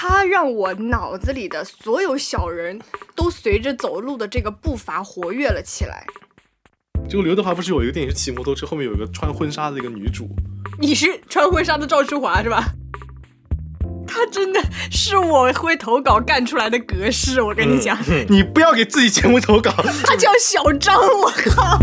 它让我脑子里的所有小人都随着走路的这个步伐活跃了起来。 这个刘德华不是有一个电影是骑摩托车，后面有一个穿婚纱的一个女主？ 你是穿婚纱的赵淑华是吧？他真的是我会投稿干出来的格式，我跟你讲。 你不要给自己节目投稿。 他叫小张，我靠！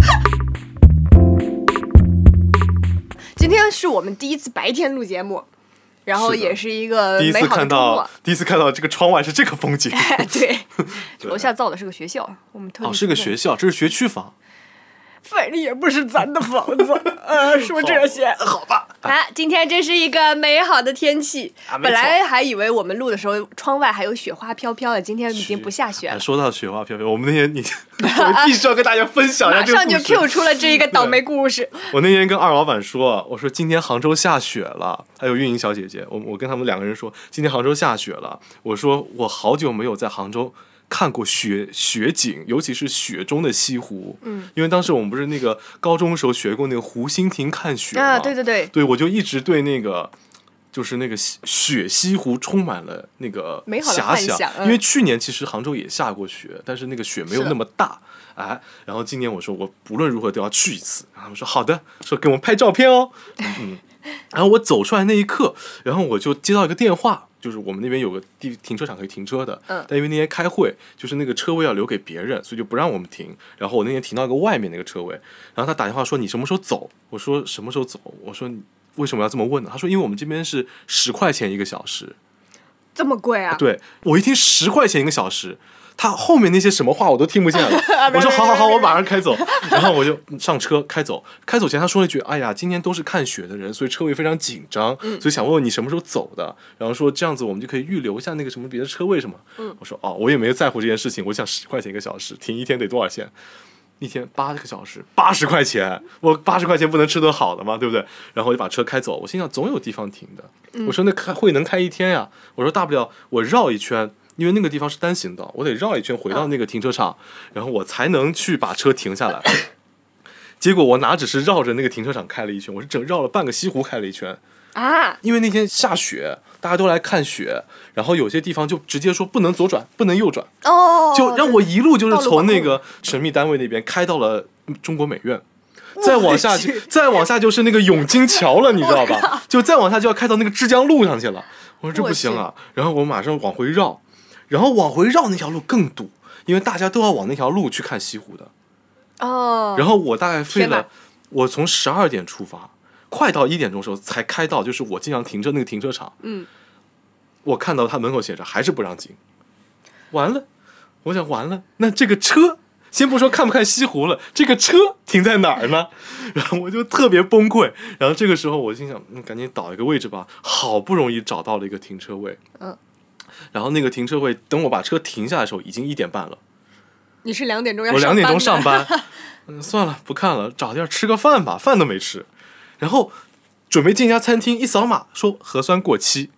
今天是我们第一次白天录节目，然后也是一个美好的周末。 第一次看到这个窗外是这个风景。 对，楼下造的是个学校，我们特地是个学校，这是学区房。 反正也不是咱的房子，说这些好吧。 今天真是一个美好的天气，本来还以为我们录的时候窗外还有雪花飘飘的，今天已经不下雪了。 说到雪花飘飘，我们那天我必须要跟大家分享一下这个故事。 马上就 Q 出了这一个倒霉故事。 我那天跟二老板说，我说今天杭州下雪了，还有运营小姐姐，我跟他们两个人说今天杭州下雪了。我说我好久没有在杭州看过雪景，尤其是雪中的西湖。因为当时我们不是那个高中的时候学过那个湖心亭看雪吗？对，我就一直对那个就是那个雪西湖充满了那个遐想。因为去年其实杭州也下过雪，但是那个雪没有那么大。然后今年我说我不论如何都要去一次，然后他们说好的，说给我们拍照片哦。然后我走出来那一刻，然后我就接到一个电话。就是我们那边有个停车场可以停车的，但因为那天开会，就是那个车位要留给别人，所以就不让我们停。然后我那天停到一个外面那个车位，然后他打电话说你什么时候走？我说什么时候走？我说为什么要这么问呢？他说因为我们这边是10块钱1个小时。这么贵啊？ 对，我一听10块钱1个小时。他后面那些什么话我都听不见了。我说好，我马上开走。然后我就上车开走。开走前他说了一句：“哎呀，今天都是看雪的人，所以车位非常紧张，所以想问问你什么时候走的。”然后说这样子我们就可以预留一下那个什么别的车位什么。我说我也没有在乎这件事情。我想10块钱1个小时，停一天得多少钱？一天8个小时，80块钱。我80块钱不能吃顿好的吗？对不对？然后我就把车开走。我心想总有地方停的。我说那会能开一天呀？我说大不了我绕一圈。因为那个地方是单行道，我得绕一圈回到那个停车场，然后我才能去把车停下来。结果我哪只是绕着那个停车场开了一圈，我是整绕了半个西湖开了一圈因为那天下雪，大家都来看雪，然后有些地方就直接说不能左转，不能右转，就让我一路就是从那个神秘单位那边开到了中国美院。再往下就是那个永金桥了，你知道吧？就再往下就要开到那个枝江路上去了。我说这不行啊，然后我马上往回绕。然后往回绕那条路更堵，因为大家都要往那条路去看西湖的。然后我大概费了，我从12点出发，快到1点钟的时候才开到，就是我经常停车那个停车场。我看到他门口写着还是不让进。完了，我想完了，那这个车，先不说看不看西湖了，这个车停在哪儿呢？然后我就特别崩溃。然后这个时候我心想，赶紧倒一个位置吧。好不容易找到了一个停车位。然后那个停车位，等我把车停下来的时候，已经1点半了。 你是2点钟要上班？我2点钟上班。算了，不看了，找地儿吃个饭吧，饭都没吃。然后准备进一家餐厅，一扫码说核酸过期，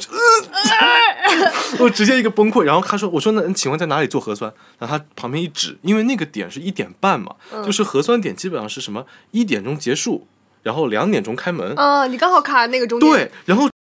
我直接一个崩溃。然后他说，我说那请问在哪里做核酸？然后他旁边一指，因为那个点是1点半嘛，就是核酸点基本上是什么1点钟结束，然后2点钟开门。 你刚好卡那个中间。 对，然后。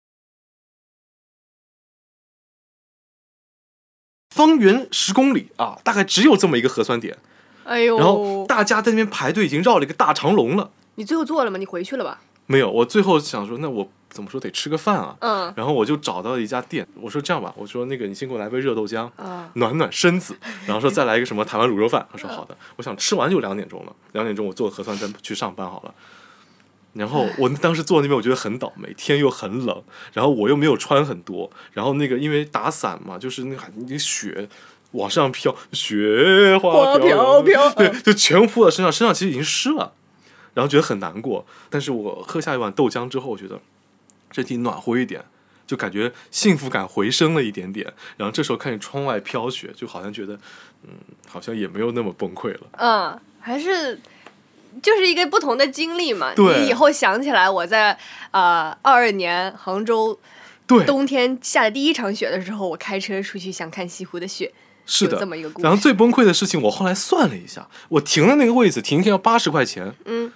方圆10公里大概只有这么一个核酸点。然后大家在那边排队，已经绕了一个大长龙了。 你最后做了吗？你回去了吧？ 没有，我最后想说，那我怎么说得吃个饭啊。然后我就找到了一家店，我说这样吧，我说那个你先给我来杯热豆浆，暖暖身子。然后说再来一个什么台湾卤肉饭。他说好的。我想吃完就2点钟了，2点钟我做核酸再去上班好了。然后我当时坐那边，我觉得很倒霉，天又很冷，然后我又没有穿很多，然后那个因为打伞嘛，就是那个雪往上飘，雪花飘飘，对，就全扑到身上，身上其实已经湿了，然后觉得很难过。但是我喝下一碗豆浆之后，我觉得身体暖和一点，就感觉幸福感回升了一点点。然后这时候看见窗外飘雪，就好像觉得好像也没有那么崩溃了。 还是就是一个不同的经历嘛。你以后想起来我在22年杭州冬天下的第一场雪的时候，我开车出去想看西湖的雪。 是的， 这么一个故事。 然后最崩溃的事情，我后来算了一下，我停的那个位置停一天要80块钱。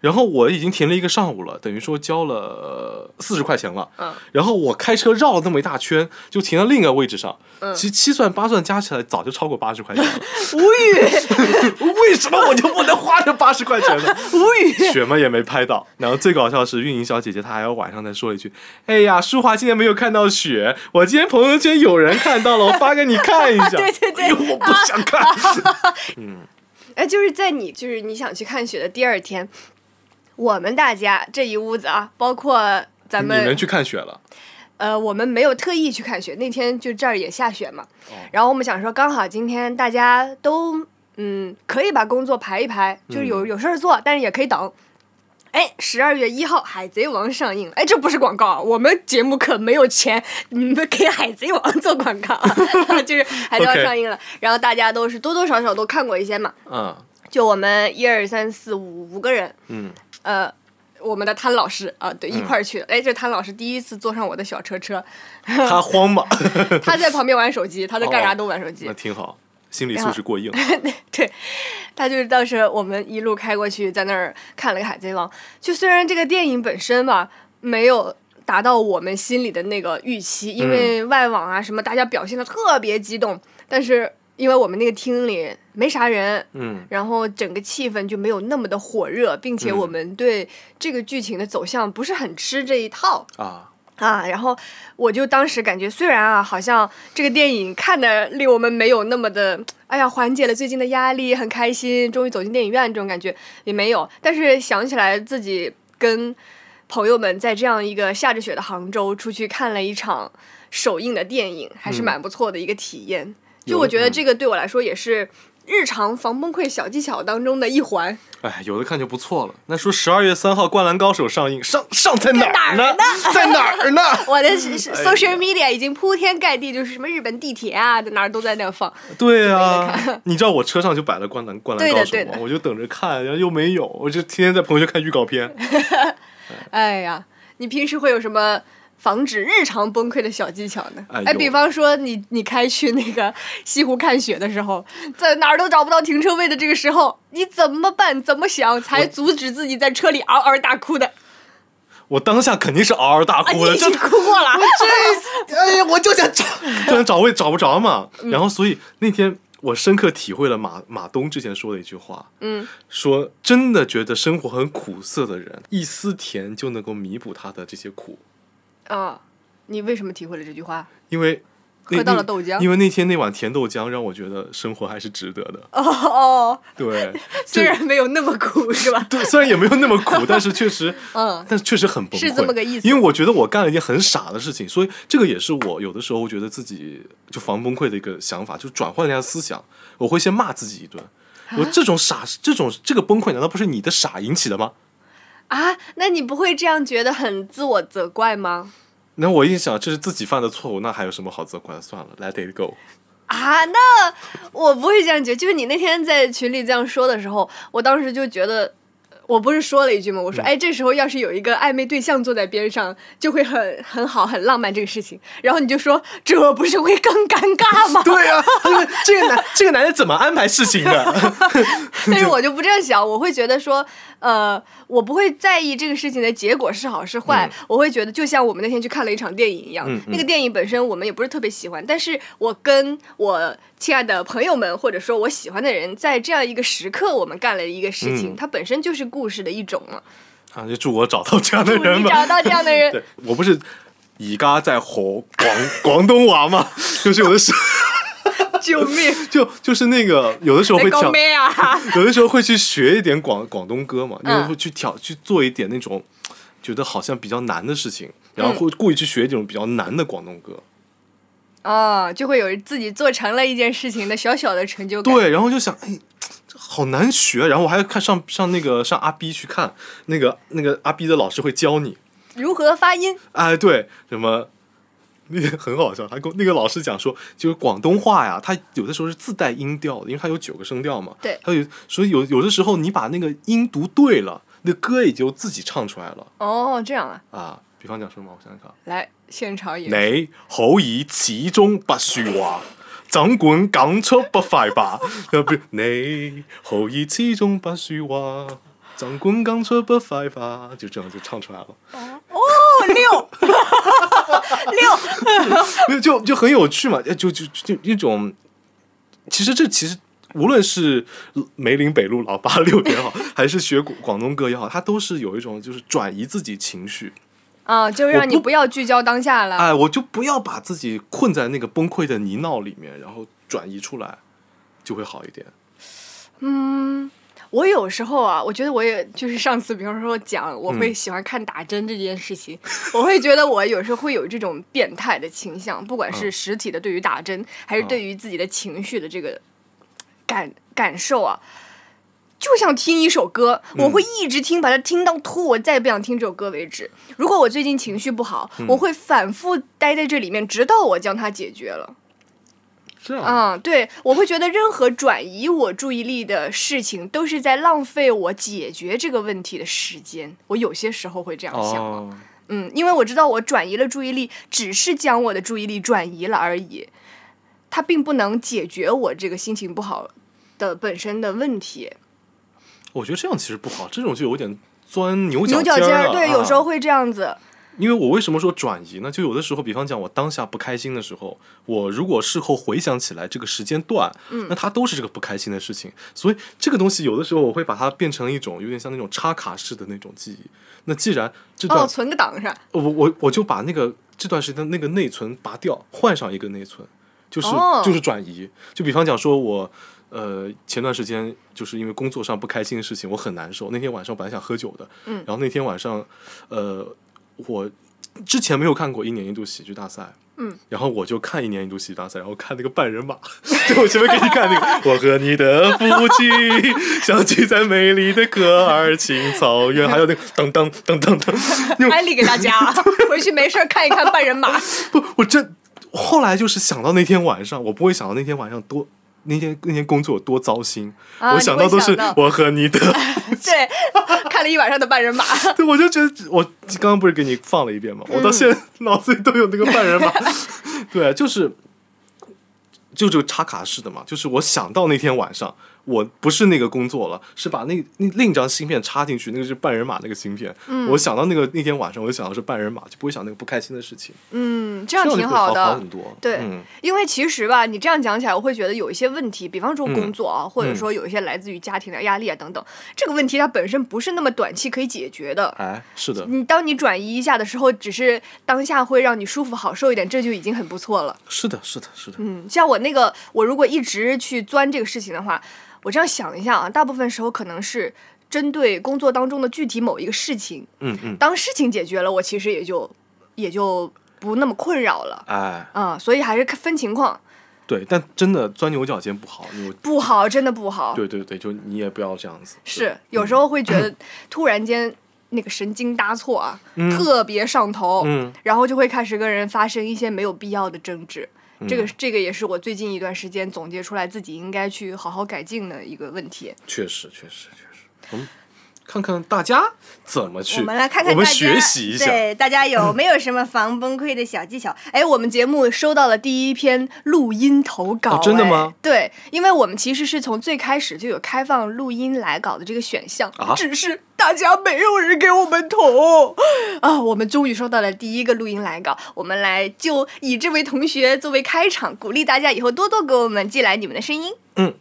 然后我已经停了1个上午了，等于说交了40块钱了。然后我开车绕了那么一大圈，就停到另一个位置上。其实7算8算加起来早就超过80块钱了。 无语， 为什么我就不能花这80块钱呢？ 无语， 雪嘛也没拍到。然后最搞笑的是运营小姐姐，她还要晚上再说了一句：“哎呀，舒华今天没有看到雪，我今天朋友圈有人看到了，我发给你看一下。” 对对对， 我不想看。 就是在你想去看雪的第2天，我们大家这一屋子啊，包括咱们， 你们去看雪了？ 我们没有特意去看雪，那天就这儿也下雪嘛。然后我们想说，刚好今天大家都可以把工作排一排，就是有事儿做，但是也可以等。12月1号《海贼王》上映了。这不是广告，我们节目可没有钱，你们给《海贼王》做广告就是《海贼王》上映了，然后大家都是多多少少都看过一些嘛。就我们1、2、3、4、5个人。我们的谭老师啊，对，一块儿去的。这谭老师第一次坐上我的小车， 他慌吗？ 他在旁边玩手机，他在干啥都玩手机。 那挺好，心理素质过硬。 对，他就是当时我们一路开过去，在那儿看了个《海贼王》。就虽然这个电影本身吧，没有达到我们心里的那个预期，因为外网啊什么，大家表现的特别激动，但是因为我们那个厅里没啥人，然后整个气氛就没有那么的火热，并且我们对这个剧情的走向不是很吃这一套然后我就当时感觉，虽然好像这个电影看的令我们没有那么的，缓解了最近的压力，很开心，终于走进电影院这种感觉也没有，但是想起来自己跟朋友们在这样一个下着雪的杭州出去看了一场首映的电影，还是蛮不错的一个体验。就我觉得这个对我来说也是日常防崩溃小技巧当中的一环。 有的看就不错了。那说12月3号《灌篮高手》上映，上在哪儿呢？在哪儿呢？ 我的social media 已经铺天盖地，就是什么日本地铁啊，哪儿都在那放。 对啊，你知道我车上就摆了灌篮高手吗？我就等着看，然后又没有，我就天天在朋友圈看预告片。 哎呀，你平时会有什么防止日常崩溃的小技巧呢？比方说你开去那个西湖看雪的时候，在哪儿都找不到停车位的这个时候，你怎么办？怎么想才阻止自己在车里嗷嗷大哭的？ 我当下肯定是嗷嗷大哭的， 你已经哭过了。 我就想找位找不着嘛。然后所以那天我深刻体会了马东之前说的一句话，说真的觉得生活很苦涩的人，一丝甜就能够弥补他的这些苦。 你为什么体会了这句话？ 因为喝到了豆浆。 因为那天那碗甜豆浆让我觉得生活还是值得的。对， 虽然没有那么苦，是吧？ 对，虽然也没有那么苦，但是确实，但是确实很崩溃， 是这么个意思。 因为我觉得我干了一件很傻的事情，所以这个也是我有的时候觉得自己就防崩溃的一个想法，就转换一下思想，我会先骂自己一顿。我这个崩溃难道不是你的傻引起的吗？ 那你不会这样觉得很自我责怪吗？ 那我一想这是自己犯的错误，那还有什么好责怪的？算了 ，Let it go。 那我不会这样觉得。就是你那天在群里这样说的时候，我当时就觉得，我不是说了一句吗？我说，这时候要是有一个暧昧对象坐在边上，就会很好，很浪漫这个事情。然后你就说，这不是会更尴尬吗？ 对啊，这个男的怎么安排事情的？ 但是我就不这样想，我会觉得说，我不会在意这个事情的结果是好是坏，我会觉得就像我们那天去看了一场电影一样，那个电影本身我们也不是特别喜欢，但是我跟我亲爱的朋友们或者说我喜欢的人，在这样一个时刻，我们干了一个事情，它本身就是故事的一种嘛。 就祝我找到这样的人吧。 祝你找到这样的人。 对，我不是而家在學廣東話嘛，就是有的時候救命！ 就是那个有的时候会搞咩啊？ 有的时候会去学一点广东歌嘛，因为会去做一点那种觉得好像比较难的事情，然后会故意去学一种比较难的广东歌。 就会有自己做成了一件事情的小小的成就感。 对，然后就想，这好难学，然后我还要看上阿 B 去看那个阿 B 的老师会教你如何发音。 对，什么那个很好笑，他跟那个老师讲说，就是广东话呀，它有的时候是自带音调的，因为它有9个声调嘛。 对， 所以有的时候你把那个音读对了，那歌也就自己唱出来了。 这样比方讲什么？我想想看。 来，現場演。 你可以始終不說話，儘管講出不快吧。你可以始終不說話， 张棍钢车不快吧，就这样就唱出来了。 六就很有趣嘛，就一种，其实无论是梅林北路老86也好，还是学广东歌也好，它都是有一种就是转移自己情绪啊，就让你不要聚焦当下了。 哎，我就不要把自己困在那个崩溃的泥淖里面，然后转移出来，就会好一点。 我有时候啊，我觉得我也就是上次，比方说讲我会喜欢看打针这件事情，我会觉得我有时候会有这种变态的倾向，不管是实体的对于打针，还是对于自己的情绪的这个感受啊，就像听一首歌，我会一直听，把它听到吐，我再也不想听这首歌为止。如果我最近情绪不好，我会反复待在这里面，直到我将它解决了。 这样对，我会觉得任何转移我注意力的事情都是在浪费我解决这个问题的时间。我有些时候会这样想因为我知道我转移了注意力，只是将我的注意力转移了而已，它并不能解决我这个心情不好的本身的问题。 我觉得这样其实不好，这种就有点钻牛角尖了。 对，有时候会这样子。 因为我为什么说转移呢？就有的时候，比方讲我当下不开心的时候，我如果事后回想起来这个时间段，那它都是这个不开心的事情，所以这个东西有的时候我会把它变成一种有点像那种插卡式的那种记忆。那既然这段存个档上， 我就把这段时间那个内存拔掉，换上一个内存，就是转移。就比方讲说我前段时间就是因为工作上不开心的事情，我很难受。那天晚上本来想喝酒的，然后那天晚上我之前没有看过1年1度喜剧大赛，然后我就看1年1度喜剧大赛，然后看那个半人马，就我前面给你看那个，我和你的父亲相聚在美丽的科尔沁草原，还有那个噔噔噔噔噔， 安利给大家，回去没事看一看半人马。 不，后来就是想到那天晚上，我不会想到那天晚上那天工作有多糟心，我想到都是我和你的对，看了一晚上的半人马。 对，我就觉得我刚刚不是给你放了一遍吗？我到现在脑子里都有那个半人马。对，就这个插卡式的嘛，就是我想到那天晚上我不是那个工作了，是把另一张芯片插进去，那个是半人马那个芯片。我想到那天晚上，我就想到是半人马，就不会想那个不开心的事情。 这样挺好的， 好很多。 对，因为其实吧，你这样讲起来，我会觉得有一些问题，比方说工作啊，或者说有一些来自于家庭的压力啊等等，这个问题它本身不是那么短期可以解决的。 哎，是的。 当你转移一下的时候，只是当下会让你舒服好受一点，这就已经很不错了。 是的。 像我如果一直去钻这个事情的话，我这样想一下啊，大部分时候可能是针对工作当中的具体某一个事情，当事情解决了，我其实也就不那么困扰了，所以还是分情况。 对，但真的钻牛角尖不好， 不好，真的不好。 对，就你也不要这样子。 是，有时候会觉得突然间那个神经搭错啊，特别上头，然后就会开始跟人发生一些没有必要的争执。这个也是我最近一段时间总结出来自己应该去好好改进的一个问题。确实。 看看大家怎么去， 我们来看看我们学习一下， 对大家有没有什么防崩溃的小技巧？我们节目收到了第一篇录音投稿。 真的吗？ 对，因为我们其实是从最开始就有开放录音来稿的这个选项，只是大家没有人给我们投我们终于收到了第一个录音来稿，我们来就以这位同学作为开场，鼓励大家以后多多给我们寄来你们的声音。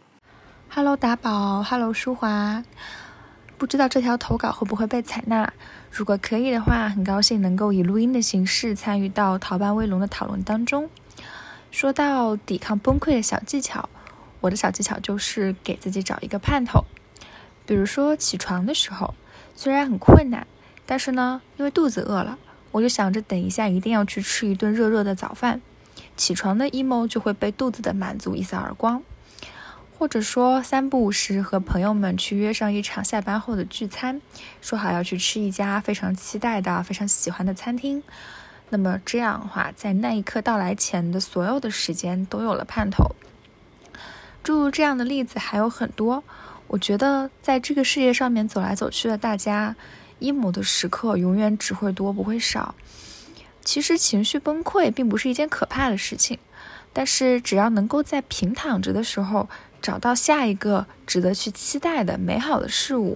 Hello 达宝 ，Hello 舒华。不知道这条投稿会不会被采纳，如果可以的话，很高兴能够以录音的形式参与到逃班威龙的讨论当中。说到抵抗崩溃的小技巧，我的小技巧就是给自己找一个盼头。比如说起床的时候，虽然很困难，但是呢，因为肚子饿了，我就想着等一下一定要去吃一顿热热的早饭，起床的 emo 就会被肚子的满足一扫而光。或者说3不5时和朋友们去约上一场下班后的聚餐，说好要去吃一家非常期待的非常喜欢的餐厅，那么这样的话在那一刻到来前的所有的时间都有了盼头。诸如这样的例子还有很多，我觉得在这个世界上面走来走去的大家，emo的时刻永远只会多不会少。其实情绪崩溃并不是一件可怕的事情，但是只要能够在平躺着的时候找到下一个值得去期待的美好的事物，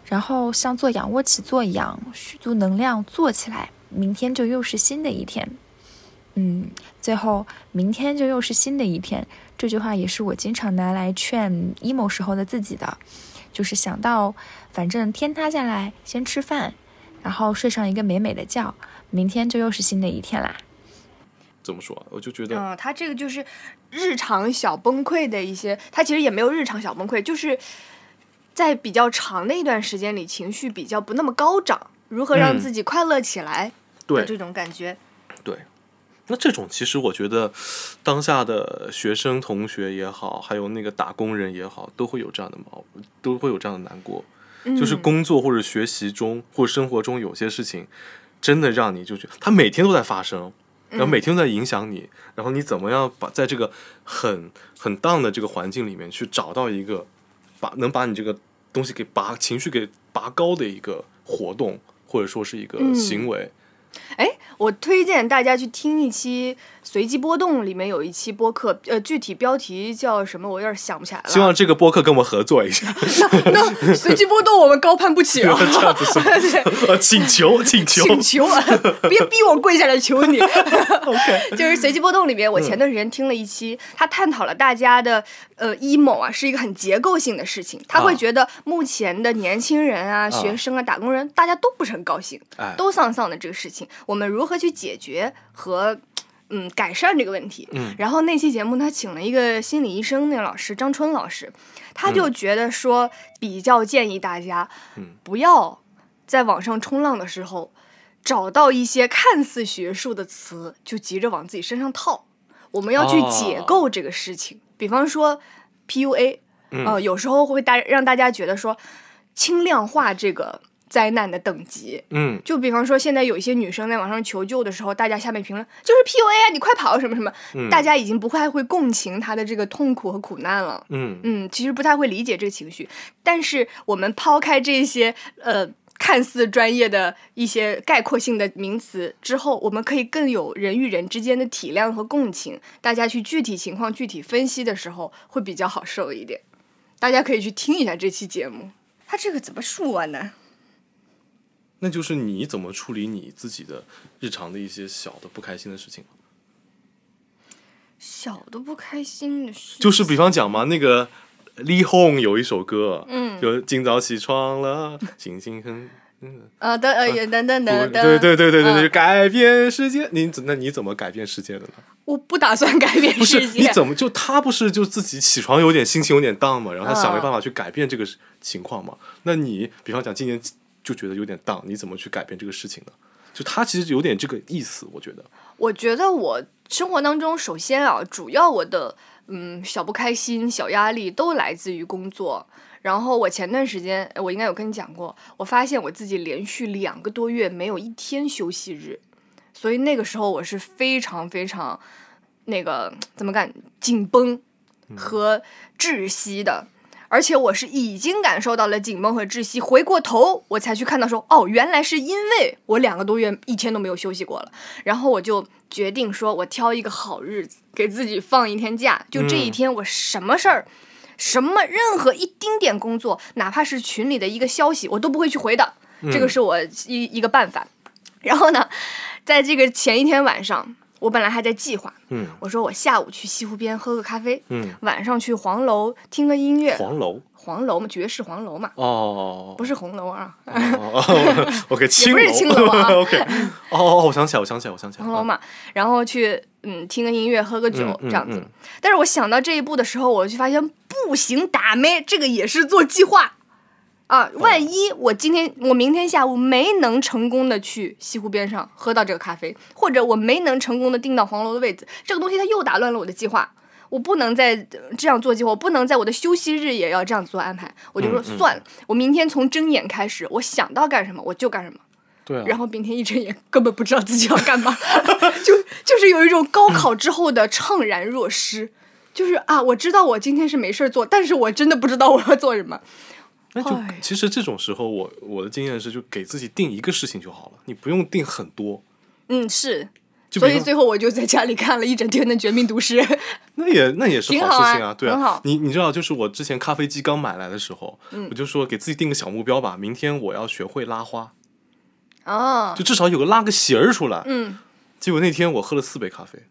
然后像做仰卧起坐一样蓄足能量做起来，明天就又是新的一天。最后明天就又是新的一天，这句话也是我经常拿来劝 emo 时候的自己的，就是想到反正天塌下来先吃饭，然后睡上一个美美的觉，明天就又是新的一天啦。 怎么说我就觉得他这个就是日常小崩溃的一些，他其实也没有日常小崩溃，就是在比较长的一段时间里情绪比较不那么高涨，如何让自己快乐起来的这种感觉。 对，那这种其实我觉得当下的学生同学也好，还有那个打工人也好，都会有这样的都会有这样的难过，就是工作或者学习中或者生活中有些事情真的让你就觉得它每天都在发生，然后每天都在影响你，然后你怎么样在这个很down的这个环境里面去找到一个能把你这个东西情绪给拔高的一个活动，或者说是一个行为。 我推荐大家去听一期随机波动，里面有一期播客，具体标题叫什么我有点想不起来了。 希望这个播客跟我合作一下。 那随机波动我们高攀不起啊！ 这样子是请求啊！别逼我跪下来求你。okay. 就是随机波动里面，我前段时间听了一期，他探讨了大家的emo 啊，是一个很结构性的事情。他会觉得目前的年轻人啊、学生啊、打工人，大家都不是很高兴，都丧丧的这个事情，我们如何去解决和改善这个问题。然后那期节目他请了一个心理医生，那个老师张春老师，他就觉得说比较建议大家不要在网上冲浪的时候找到一些看似学术的词就急着往自己身上套，我们要去解构这个事情。比方说 PUA，有时候会让大家觉得说轻量化这个灾难的等级。就比方说现在有一些女生在网上求救的时候，大家下面评论就是 PUA 啊，你快跑什么什么，大家已经不太会共情她的这个痛苦和苦难了。其实不太会理解这个情绪。但是我们抛开这些看似专业的一些概括性的名词之后，我们可以更有人与人之间的体谅和共情，大家去具体情况具体分析的时候会比较好受一点。大家可以去听一下这期节目。他这个怎么说呢？ 那就是你怎么处理你自己的日常的一些小的不开心的事情。 小的不开心的事就是比方讲嘛，那个李红有一首歌，就今早起床了，星星很等等， 对，改变世界。那你怎么改变世界的呢？ 我不打算改变世界。 不是，你怎么他不是就自己起床有点心情有点down嘛，然后他想没办法去改变这个情况嘛？那你比方讲今年就觉得有点down，你怎么去改变这个事情呢？就他其实有点这个意思，我觉得。我觉得我生活当中，首先主要我的小不开心、小压力都来自于工作。然后我前段时间我应该有跟你讲过，我发现我自己连续2个多月没有一天休息日，所以那个时候我是非常非常怎么讲紧绷和窒息的。而且我是已经感受到了紧绷和窒息，回过头我才去看到说，原来是因为我2个多月一天都没有休息过了。然后我就决定说，我挑一个好日子，给自己放1天假，就这一天我什么事儿，任何一丁点工作，哪怕是群里的一个消息，我都不会去回的。这个是我一个办法。然后呢，在这个前一天晚上，我本来还在计划，我说我下午去西湖边喝个咖啡，晚上去黄楼听个音乐。黄楼嘛，爵士黄楼嘛，不是红楼啊。 OK， 也不是青楼啊。 OK， 我想起来， 黄楼嘛，然后去听个音乐，喝个酒，这样子。但是我想到这一步的时候，我就发现不行，打咩，这个也是做计划啊。万一我明天下午没能成功的去西湖边上喝到这个咖啡，或者我没能成功的订到黄楼的位置，这个东西它又打乱了我的计划。我不能再这样做计划，我不能在我的休息日也要这样做安排。我就说算了，我明天从睁眼开始，我想到干什么我就干什么。 对啊。 然后明天一睁眼根本不知道自己要干嘛，就是有一种高考之后的怅然若失，就是我知道我今天是没事做，但是我真的不知道我要做什么。 那就其实这种时候我的经验是，就给自己定一个事情就好了，你不用定很多。 是。 所以最后我就在家里看了一整天的《绝命毒师》 那也是好事情啊，对啊， 很好。 你知道，就是我之前咖啡机刚买来的时候，我就说给自己定个小目标吧，明天我要学会拉花，就至少拉个弦儿出来。结果那天我喝了4杯咖啡。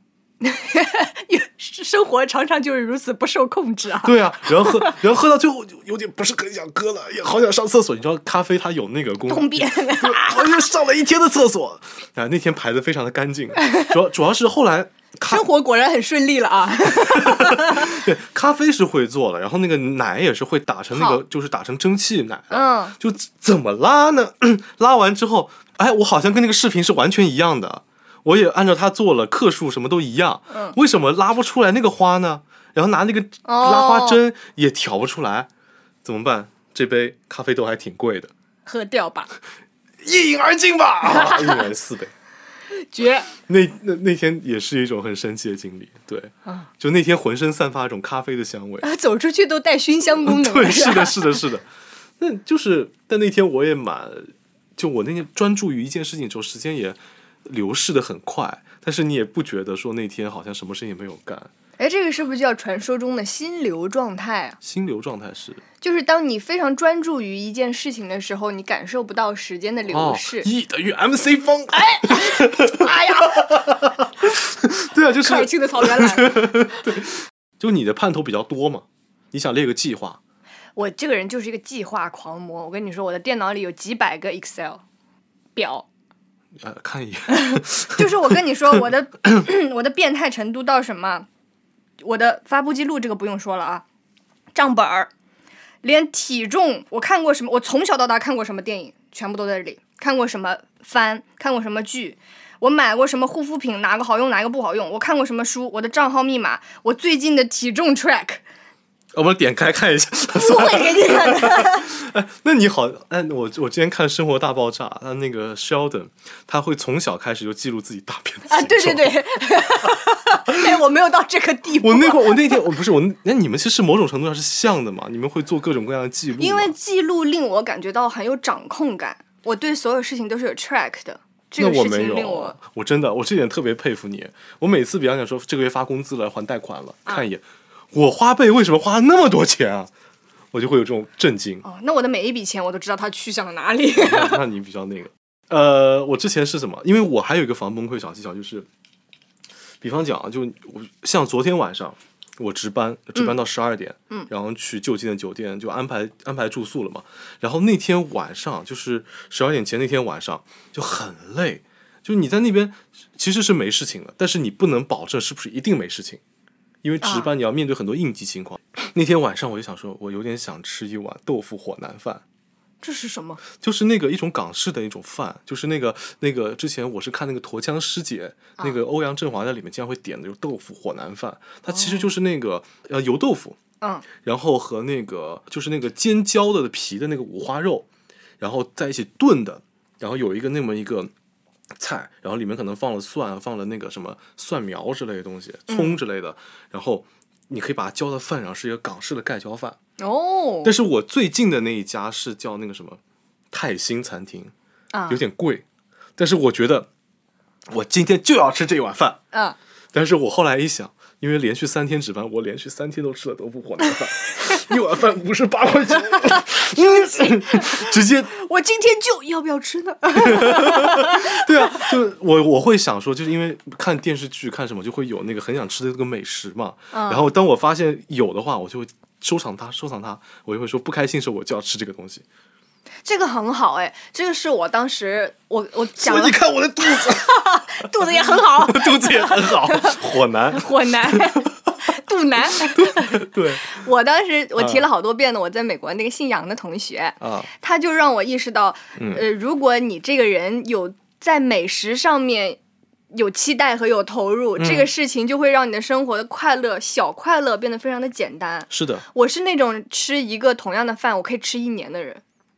生活常常就是如此不受控制啊！ 对啊，然后喝到最后有点不是很想喝了，也好想上厕所。你知道咖啡它有那个功能， 通便， 我就上了一天的厕所啊！那天排的非常的干净，主要是后来生活果然很顺利了啊！ 对，咖啡是会做了，然后那个奶也是会打成那个，就是打成蒸汽奶。就怎么拉呢？拉完之后，哎，我好像跟那个视频是完全一样的。我也按照它做了，克数什么都一样，为什么拉不出来那个花呢？然后拿那个拉花针也调不出来，怎么办？这杯咖啡豆还挺贵的， 喝掉吧， 一饮而尽吧，一饮而4杯， 绝！ 那天也是一种很神奇的经历，对，就那天浑身散发一种咖啡的香味， 走出去都带熏香功能。 对，是的。但那天我也就我那天专注于一件事情之后，时间也流逝的很快，但是你也不觉得说那天好像什么事情也没有干。 哎，这个是不是叫传说中的心流状态啊？ 心流状态就是当你非常专注于一件事情的时候，你感受不到时间的流逝。 E 等于 MC 方。 哎呀！ 对啊，就是科尔沁的草原来。 对，就你的盼头比较多嘛，你想列个计划。 我这个人就是一个计划狂魔。我跟你说，我的电脑里有几百个 Excel 表。 看一眼。 就是我跟你说，我的变态程度到什么？我的发布记录这个不用说了啊，账本儿，连体重，我看过什么，我从小到大看过什么电影，全部都在这里。看过什么番，看过什么剧，我买过什么护肤品，哪个好用哪个不好用，我看过什么书，我的账号密码，我最近的体重 track。 我们点开看一下， 不会给你看的。 那你好，我今天看《生活大爆炸》，他那个 Sheldon， 他会从小开始就记录自己大便的形状。对。哎，我没有到这个地步。 我那天不是我，你们其实某种程度上是像的嘛？你们会做各种各样的记录。 因为记录令我感觉到很有掌控感，我对所有事情都是有 track 的。这个事情令我真的，我这点特别佩服你。我每次比方讲说这个月发工资了，还贷款了，看一眼。我花呗为什么花那么多钱啊？我就会有这种震惊。 那我的每一笔钱我都知道它去向了哪里。 那你比较那个，我之前是什么？因为我还有一个防崩溃小技巧，就是比方讲，就像昨天晚上我值班到12点，然后去就近的酒店就安排住宿了嘛。然后那天晚上就是12点前那天晚上就很累，就是你在那边其实是没事情的，但是你不能保证是不是一定没事情。因为值班你要面对很多应急情况。那天晚上我就想说，我有点想吃一碗豆腐火腩饭。 这是什么？ 就是那个一种港式的一种饭，就是那个之前我是看那个驼枪师姐，那个欧阳震华在里面经常会点的有豆腐火腩饭，它其实就是那个油豆腐，然后和那个就是那个煎焦的皮的那个五花肉，然后在一起炖的，然后有那么一个菜，然后里面可能放了蒜，放了那个什么蒜苗之类的东西，葱之类的，然后你可以把它浇到饭上，是一个港式的盖浇饭。但是我最近的那一家是叫那个什么泰兴餐厅，有点贵，但是我觉得我今天就要吃这一碗饭。但是我后来一想，因为连续3天值班，我连续3天都吃了豆腐火腩饭，一碗饭58块钱，直接我今天就要不要吃呢？ 对啊，就我会想说，就是因为看电视剧看什么就会有那个很想吃的这个美食嘛，然后当我发现有的话，我就会收藏它，我就会说不开心的时候我就要吃这个东西。 这个很好哎，这个是我当时我讲了， 所以你看我的肚子， 肚子也很好， 肚子也很好，火腩， 肚腩。 对， 我当时我提了好多遍的，我在美国那个姓杨的同学，他就让我意识到，如果你这个人有在美食上面有期待和有投入，这个事情就会让你的生活的小快乐变得非常的简单。 是的， 我是那种吃一个同样的饭我可以吃1年的人。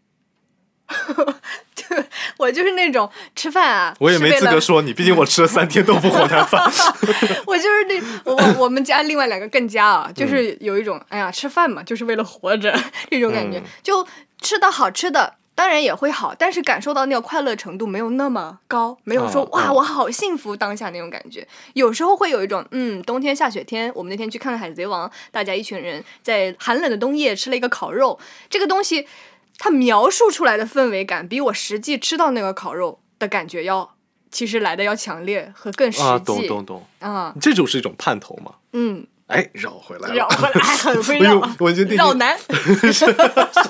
对，我就是那种吃饭啊， 我也没资格说你，毕竟我吃了3天豆腐火腩饭。 我就是我们家另外2个更加啊，就是有一种哎呀吃饭嘛，就是为了活着这种感觉，就吃到好吃的， 当然也会好，但是感受到那个快乐程度没有那么高，没有说哇我好幸福当下那种感觉。有时候会有一种冬天下雪天，我们那天去看了海贼王，大家一群人在寒冷的冬夜吃了一个烤肉，这个东西它描述出来的氛围感比我实际吃到那个烤肉的感觉其实来的要强烈和更实际。 懂这就是一种盼头嘛。绕回来很会绕， 我觉得绕男什么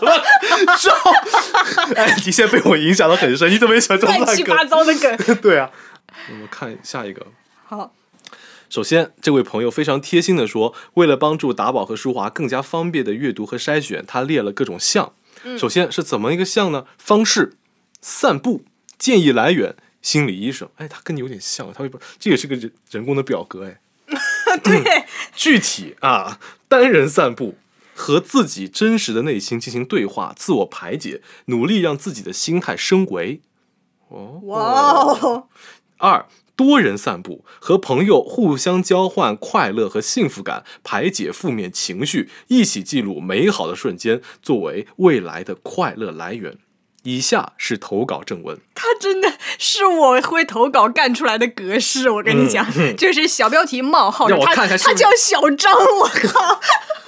绕？你现在被我影响得很深，你怎么也想这种乱七八糟的梗？ 对啊，我们看下一个。 好， 首先这位朋友非常贴心的说，为了帮助达宝和舒华更加方便的阅读和筛选，他列了各种项。首先是怎么一个项呢？方式、散步、建议来源、心理医生。他跟你有点像，这也是个人工的表格。 对， 具体单人散步，和自己真实的内心进行对话，自我排解，努力让自己的心态升维。2. 多人散步，和朋友互相交换快乐和幸福感，排解负面情绪，一起记录美好的瞬间，作为未来的快乐来源。以下是投稿正文， 它真的是我会投稿干出来的格式，我跟你讲，就是小标题冒号， 让我看看他叫小张，我靠，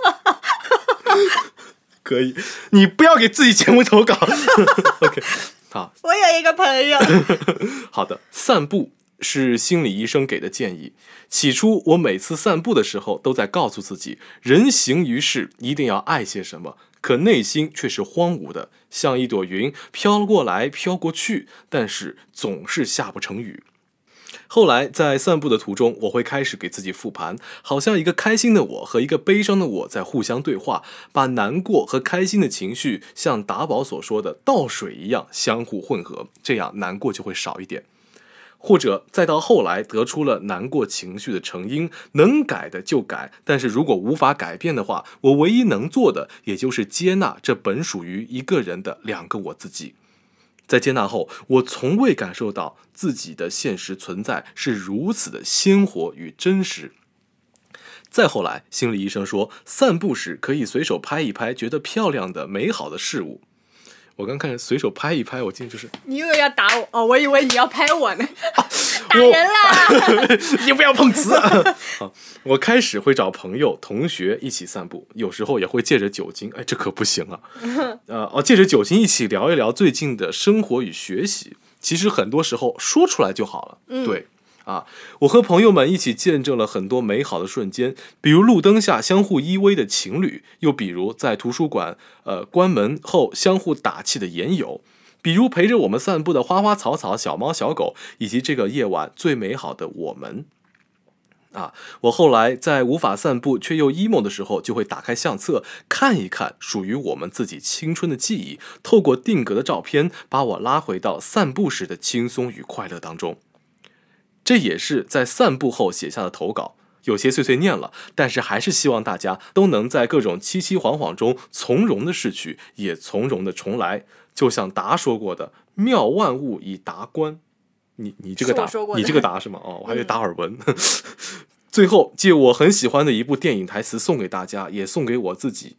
可以，你不要给自己节目投稿。OK， 好， 我有一个朋友。 好的，散步是心理医生给的建议。起初我每次散步的时候都在告诉自己，人行于世一定要爱些什么，可内心却是荒芜的，像一朵云飘过来飘过去，但是总是下不成雨。后来在散步的途中，我会开始给自己复盘，好像一个开心的我和一个悲伤的我在互相对话，把难过和开心的情绪像达宝所说的倒水一样相互混合，这样难过就会少一点。或者再到后来得出了难过情绪的成因，能改的就改，但是如果无法改变的话，我唯一能做的也就是接纳这本属于一个人的两个我自己。在接纳后，我从未感受到自己的现实存在是如此的鲜活与真实。再后来，心理医生说，散步时可以随手拍一拍觉得漂亮的美好的事物。我刚看随手拍一拍，我进就是你又要打我我以为你要拍我呢。打人啦！ 你不要碰瓷啊！我开始会找朋友、同学一起散步，有时候也会借着酒精，这可不行啊！借着酒精一起聊一聊最近的生活与学习。其实很多时候说出来就好了。对。我和朋友们一起见证了很多美好的瞬间，比如路灯下相互依偎的情侣，又比如在图书馆关门后相互打气的研友，比如陪着我们散步的花花草草、小猫小狗，以及这个夜晚最美好的我们。我后来在无法散步却又 emo 的时候，就会打开相册看一看属于我们自己青春的记忆，透过定格的照片把我拉回到散步时的轻松与快乐当中。这也是在散步后写下的投稿，有些碎碎念了，但是还是希望大家都能在各种凄凄惶惶中从容的逝去，也从容的重来。就像达说过的，妙万物以达观。你这个达，你这个达是吗？我还以为达尔文。最后借我很喜欢的一部电影台词送给大家，也送给我自己。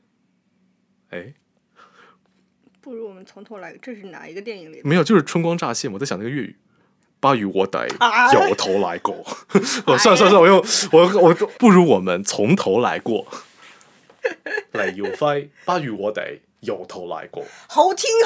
不如我们从头来，这是哪一个电影里的？ 没有，就是春光乍泄嘛。我在想那个粤语。把与我得由头来过。算了，我不如我们从头来过。黎耀輝，把與我哋由頭來過。 好聽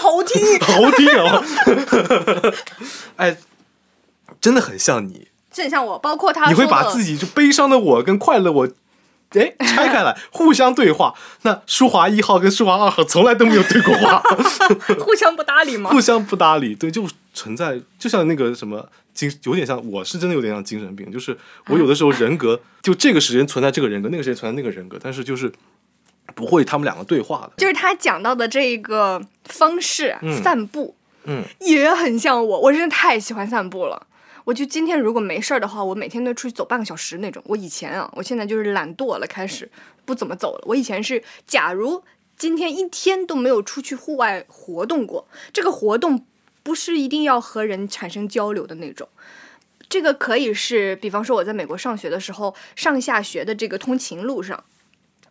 真的很像你， 真很像我，包括他你会把自己就悲伤的我跟快乐我拆开来互相对话。那舒华1号跟舒华2号从来都没有对过话。 互相不搭理吗？ 互相不搭理，对，就存在，就像那个什么有点像，我是真的有点像精神病，就是我有的时候人格就这个时间存在这个人格，那个时间存在那个人格，但是就是不会他们两个对话的。 就是他讲到的这个方式，散步，也很像我真的太喜欢散步了。我就今天如果没事儿的话，我每天都出去走半个小时那种。我以前我现在就是懒惰了，开始不怎么走了。我以前是，假如今天一天都没有出去户外活动过，这个活动不是一定要和人产生交流的那种。这个可以是，比方说我在美国上学的时候，上下学的这个通勤路上，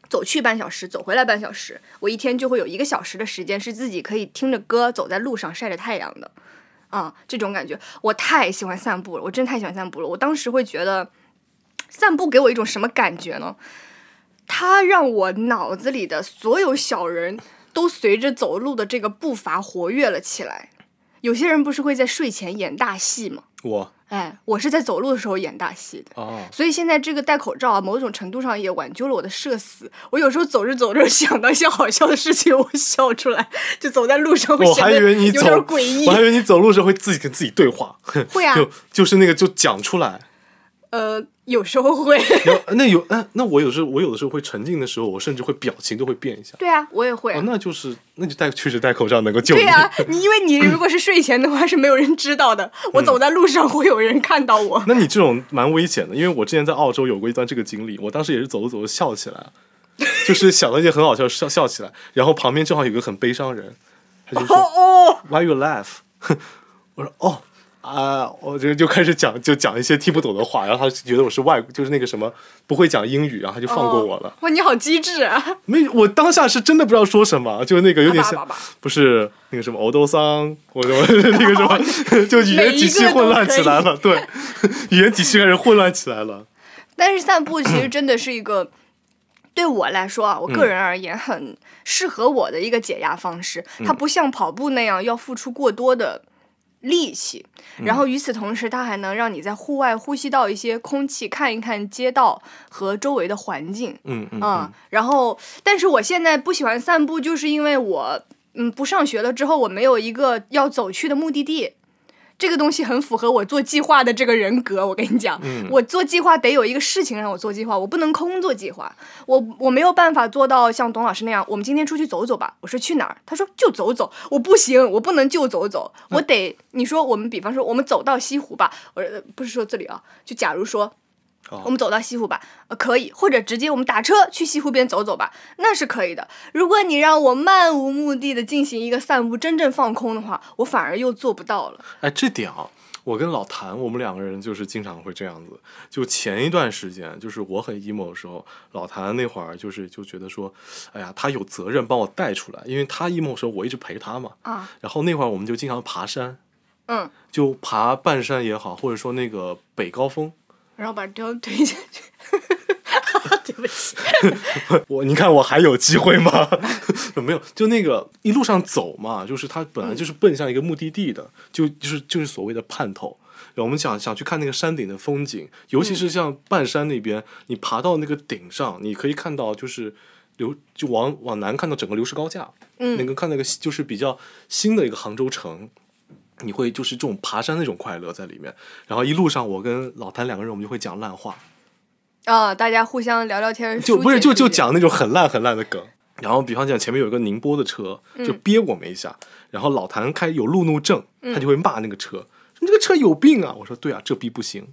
走去半小时，走回来半小时，我一天就会有1个小时的时间是自己可以听着歌走在路上晒着太阳的。这种感觉我太喜欢散步了，我真的太喜欢散步了。我当时会觉得散步给我一种什么感觉呢？它让我脑子里的所有小人都随着走路的这个步伐活跃了起来。有些人不是会在睡前演大戏吗？我是在走路的时候演大戏的。所以现在这个戴口罩某种程度上也挽救了我的社死。我有时候走着走着想到一些好笑的事情，我笑出来，就走在路上会显得有点诡异。 我还以为你走路时候会自己跟自己对话。 会啊， 就是那个就讲出来。 有时候会。 那我有的时候会沉浸的时候，我甚至会表情都会变一下。 对啊，我也会。 那就确实戴口罩能够救你。 对啊，因为你如果是睡前的话是没有人知道的，我走在路上会有人看到我。 那你这种蛮危险的，因为我之前在澳洲有过一段这个经历，我当时也是走着走着笑起来，就是想到一件很好笑笑起来，然后旁边正好有个很悲伤人，他就说Why you laugh？ 我说我这就开始讲一些听不懂的话，然后他觉得我是就是那个什么不会讲英语，然后他就放过我了。 哇，你好机智啊！ 我当下是真的不知道说什么，就那个有点像，不是那个什么欧兜桑，或者那个什么，就语言体系混乱起来了。对，语言体系开始混乱起来了。 但是散步其实真的是一个对我来说我个人而言很适合我的一个解压方式。它不像跑步那样要付出过多的力气，然后与此同时它还能让你在户外呼吸到一些空气，看一看街道和周围的环境。然后但是我现在不喜欢散步，就是因为我不上学了之后，我没有一个要走去的目的地。这个东西很符合我做计划的这个人格，我跟你讲，我做计划得有一个事情让我做计划，我不能空做计划，我没有办法做到像董老师那样，我们今天出去走走吧，我说去哪儿，他说就走走，我不行，我不能就走走，我得你说我们比方说我们走到西湖吧，不是说这里啊，就假如说我们走到西湖吧，可以，或者直接我们打车去西湖边走走吧，那是可以的。如果你让我漫无目的的进行一个散步，真正放空的话，我反而又做不到了。 这点我跟老谭，我们2个人就是经常会这样子。就前一段时间，就是我很 emo 的时候，老谭那会儿就觉得说，哎呀，他有责任帮我带出来，因为他 emo 的时候我一直陪他嘛。然后那会儿我们就经常爬山，就爬半山也好，或者说那个北高峰。 然后把雕推下去。对不起。 你看我还有机会吗？没有，就那个一路上走嘛，就是它本来就是奔向一个目的地的，就是所谓的盼头。然后我们想去看那个山顶的风景，尤其是像半山那边，你爬到那个顶上，你可以看到就往南看到整个流石高架，能够看那个就是比较新的一个杭州城。你会就是这种爬山那种快乐在里面，然后一路上我跟老谭2个人我们就会讲烂话， 大家互相聊聊天， 就讲那种很烂的梗。然后比方讲前面有一个宁波的车就憋我们一下，然后老谭有路怒症，他就会骂那个车，说这个车有病啊。我说对啊，这逼不行。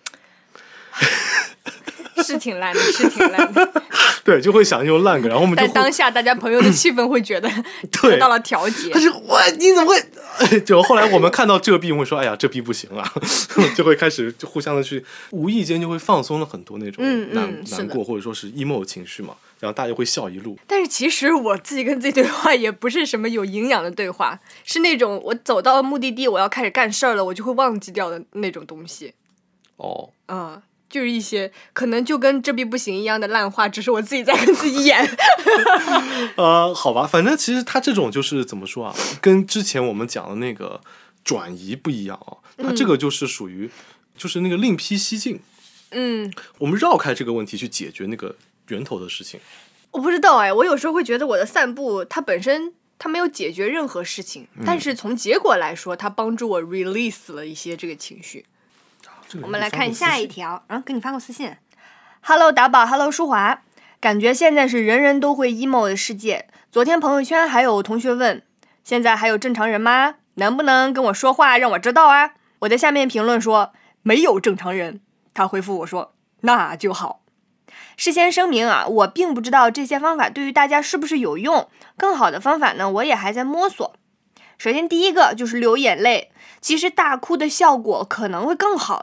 是挺烂的。 对，就会想那种烂梗，然后我们就在当下大家朋友的气氛会觉得得到了调节。 他说你怎么会？就后来我们看到这逼，我会说哎呀这逼不行啊，就会开始就互相的去，无意间就会放松了很多那种难过或者说是 emo 情绪嘛，然后大家会笑一路。 但是其实我自己跟自己对话也不是什么有营养的对话，是那种我走到目的地我要开始干事儿了，我就会忘记掉的那种东西。就是一些可能就跟这逼不行一样的烂话，只是我自己在跟自己演。 好吧，反正其实他这种就是怎么说啊，跟之前我们讲的那个转移不一样啊，他这个就是属于就是那个另辟蹊径。我们绕开这个问题去解决那个源头的事情。 我不知道我有时候会觉得我的散步它本身它没有解决任何事情，但是从结果来说它帮助我 release 了一些这个情绪。我们来看下一条，给你发过私信。Hello 打宝 ，Hello 舒华，感觉现在是人人都会 emo 的世界。昨天朋友圈还有同学问，现在还有正常人吗？能不能跟我说话让我知道啊？我在下面评论说没有正常人，他回复我说那就好。事先声明我并不知道这些方法对于大家是不是有用，更好的方法呢我也还在摸索。首先第一个就是流眼泪，其实大哭的效果可能会更好了，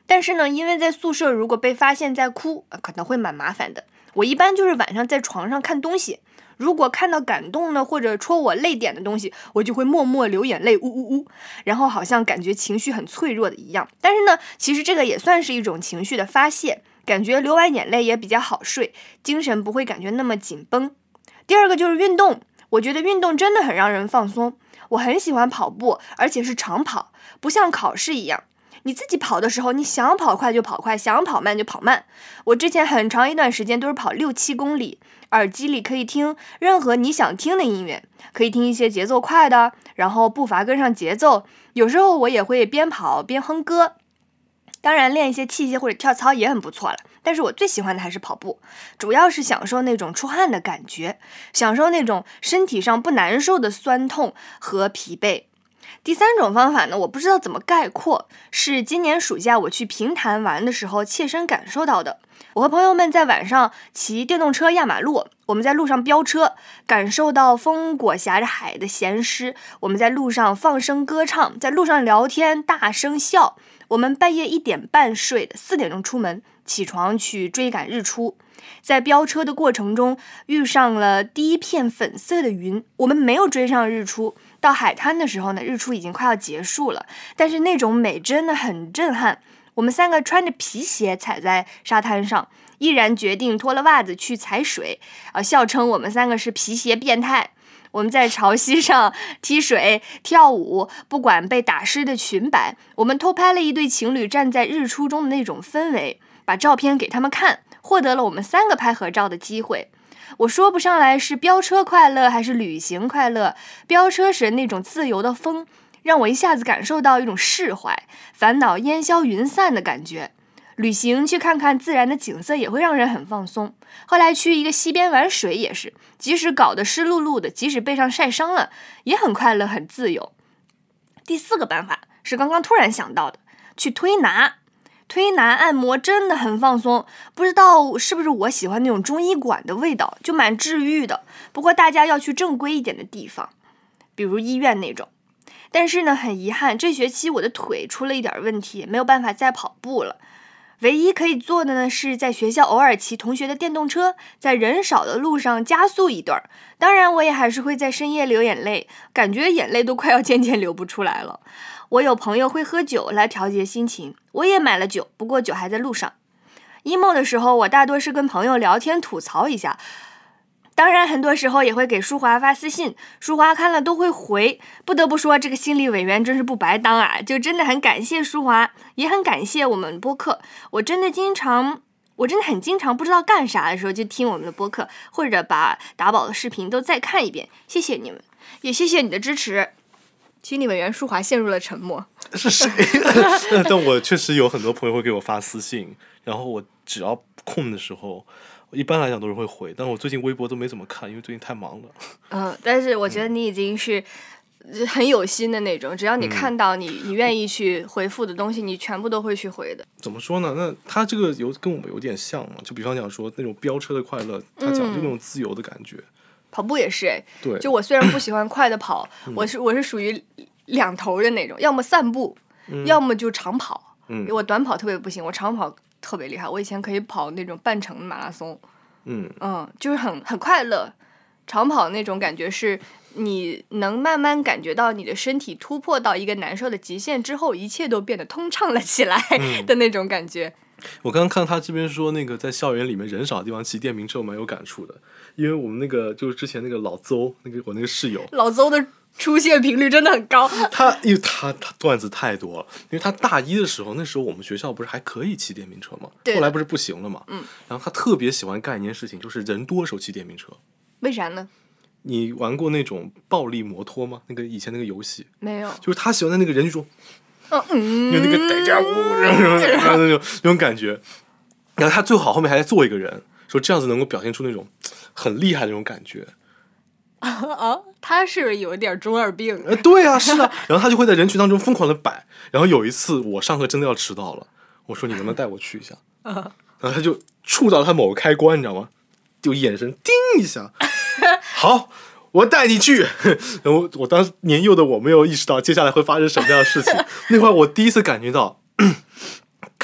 但是呢，因为在宿舍如果被发现在哭，可能会蛮麻烦的。我一般就是晚上在床上看东西，如果看到感动呢或者戳我泪点的东西，我就会默默流眼泪，呜呜呜，然后好像感觉情绪很脆弱的一样。但是呢，其实这个也算是一种情绪的发泄，感觉流完眼泪也比较好睡，精神不会感觉那么紧绷。第二个就是运动，我觉得运动真的很让人放松。我很喜欢跑步，而且是长跑，不像考试一样，你自己跑的时候，你想跑快就跑快，想跑慢就跑慢。我之前很长一段时间都是跑6-7公里，耳机里可以听任何你想听的音乐，可以听一些节奏快的，然后步伐跟上节奏。有时候我也会边跑边哼歌。当然练一些器械或者跳操也很不错了，但是我最喜欢的还是跑步，主要是享受那种出汗的感觉，享受那种身体上不难受的酸痛和疲惫。第三种方法呢，我不知道怎么概括，是今年暑假我去平潭玩的时候切身感受到的。我和朋友们在晚上骑电动车压马路，我们在路上飙车，感受到风裹挟着海的咸湿，我们在路上放声歌唱，在路上聊天，大声笑。我们半夜1点半睡的，4点钟出门，起床去追赶日出。在飙车的过程中遇上了第一片粉色的云，我们没有追上日出，到海滩的时候呢，日出已经快要结束了，但是那种美真的很震撼。我们3个穿着皮鞋踩在沙滩上，毅然决定脱了袜子去踩水，笑称我们3个是皮鞋变态。我们在潮汐上踢水跳舞，不管被打湿的裙摆，我们偷拍了一对情侣站在日出中的那种氛围，把照片给他们看，获得了我们3个拍合照的机会。我说不上来是飙车快乐还是旅行快乐，飙车时那种自由的风让我一下子感受到一种释怀，烦恼烟消云散的感觉。旅行去看看自然的景色也会让人很放松。后来去一个溪边玩水也是，即使搞得湿漉漉的，即使背上晒伤了，也很快乐很自由。第4个办法是刚刚突然想到的，去推拿按摩真的很放松，不知道是不是我喜欢那种中医馆的味道，就蛮治愈的。不过大家要去正规一点的地方，比如医院那种。但是呢，很遗憾，这学期我的腿出了一点问题，没有办法再跑步了。唯一可以做的呢，是在学校偶尔骑同学的电动车，在人少的路上加速一段。当然我也还是会在深夜流眼泪，感觉眼泪都快要渐渐流不出来了。我有朋友会喝酒来调节心情，我也买了酒，不过酒还在路上。emo 的时候，我大多是跟朋友聊天吐槽一下，当然很多时候也会给舒华发私信，舒华看了都会回。不得不说，这个心理委员真是不白当啊，就真的很感谢舒华，也很感谢我们播客。我真的很经常不知道干啥的时候就听我们的播客，或者把打宝的视频都再看一遍。谢谢你们，也谢谢你的支持。心理委员舒华陷入了沉默。 是谁？但我确实有很多朋友会给我发私信，然后我只要空的时候，一般来讲都是会回，但我最近微博都没怎么看，因为最近太忙了。 但是我觉得你已经是很有心的那种，只要你看到你愿意去回复的东西，你全部都会去回的。 怎么说呢？那他这个跟我们有点像嘛，就比方讲说那种飙车的快乐，他讲就那种自由的感觉。 跑步也是对， 就我虽然不喜欢快的跑，我是属于两头的那种，要么散步，要么就长跑。我短跑特别不行，我长跑特别厉害。我以前可以跑那种半程马拉松，就是很快乐。长跑那种感觉是你能慢慢感觉到你的身体突破到一个难受的极限之后，一切都变得通畅了起来的那种感觉。 我刚刚看他这边说，那个在校园里面人少的地方骑电瓶车，我蛮有感触的。因为我们那个就是之前那个老邹，我那个室友， 老邹的出现频率真的很高。 因为他段子太多了。因为他大一的时候，那时候我们学校不是还可以骑电瓶车吗？后来不是不行了吗？然后他特别喜欢干一件事情，就是人多的时候骑电瓶车。为啥呢？你玩过那种暴力摩托吗？以前那个游戏没有。 就是他喜欢的那个人就说，有那个代驾务，然后那种感觉。然后他最好后面还做一个人，说这样子能够表现出那种很厉害的那种感觉。 他是有点中二病。 对啊，是啊。然后他就会在人群当中疯狂的摆。然后有一次我上课真的要迟到了，我说你能不能带我去一下？然后他就触到了他某个开关，你知道吗？就眼神叮一下，好，我带你去。然后我当时年幼的我没有意识到接下来会发生什么样的事情。那会儿我第一次感觉到